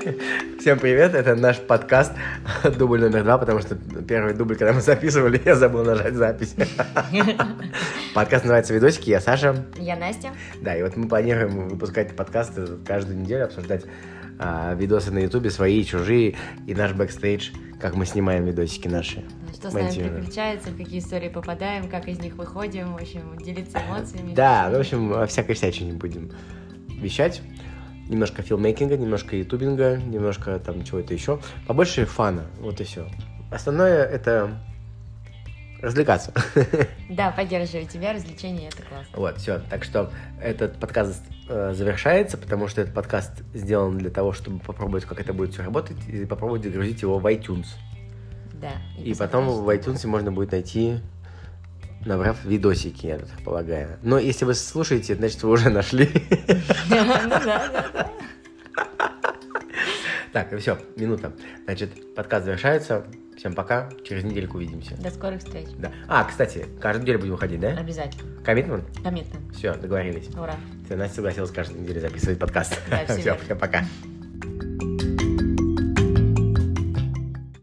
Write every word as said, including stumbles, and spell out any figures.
Всем привет, это наш подкаст, дубль номер два, потому что первый дубль, когда мы записывали, я забыл нажать запись. Подкаст называется «Видосики», я Саша. Я Настя. Да, и вот мы планируем выпускать подкасты каждую неделю, обсуждать а, видосы на ютубе, свои, чужие, и наш бэкстейдж, как мы снимаем видосики наши. Что с нами приключается, в какие истории попадаем, как из них выходим, в общем, делиться эмоциями. Да, в общем, о всякой всячине будем вещать. Немножко филмейкинга, немножко ютубинга, немножко там чего-то еще. Побольше фана, вот и все. Остальное это развлекаться. Да, поддерживаю тебя, развлечения это классно. Вот, все. Так что этот подкаст э, завершается, потому что этот подкаст сделан для того, чтобы попробовать, как это будет все работать, и попробовать загрузить его в iTunes. Да. И, и потом в iTunes можно будет найти, набрав видосики, я так полагаю. Но если вы слушаете, значит, вы уже нашли. Ну да, да. Так, и все, минута. Значит, подкаст завершается. Всем пока, через недельку увидимся. До скорых встреч. Да. А, кстати, каждую неделю будем выходить, да? Обязательно. Коммитмент? Коммитмент. Все, договорились. Ура. Все, Настя согласилась каждую неделю записывать подкаст. Да, все, всем пока.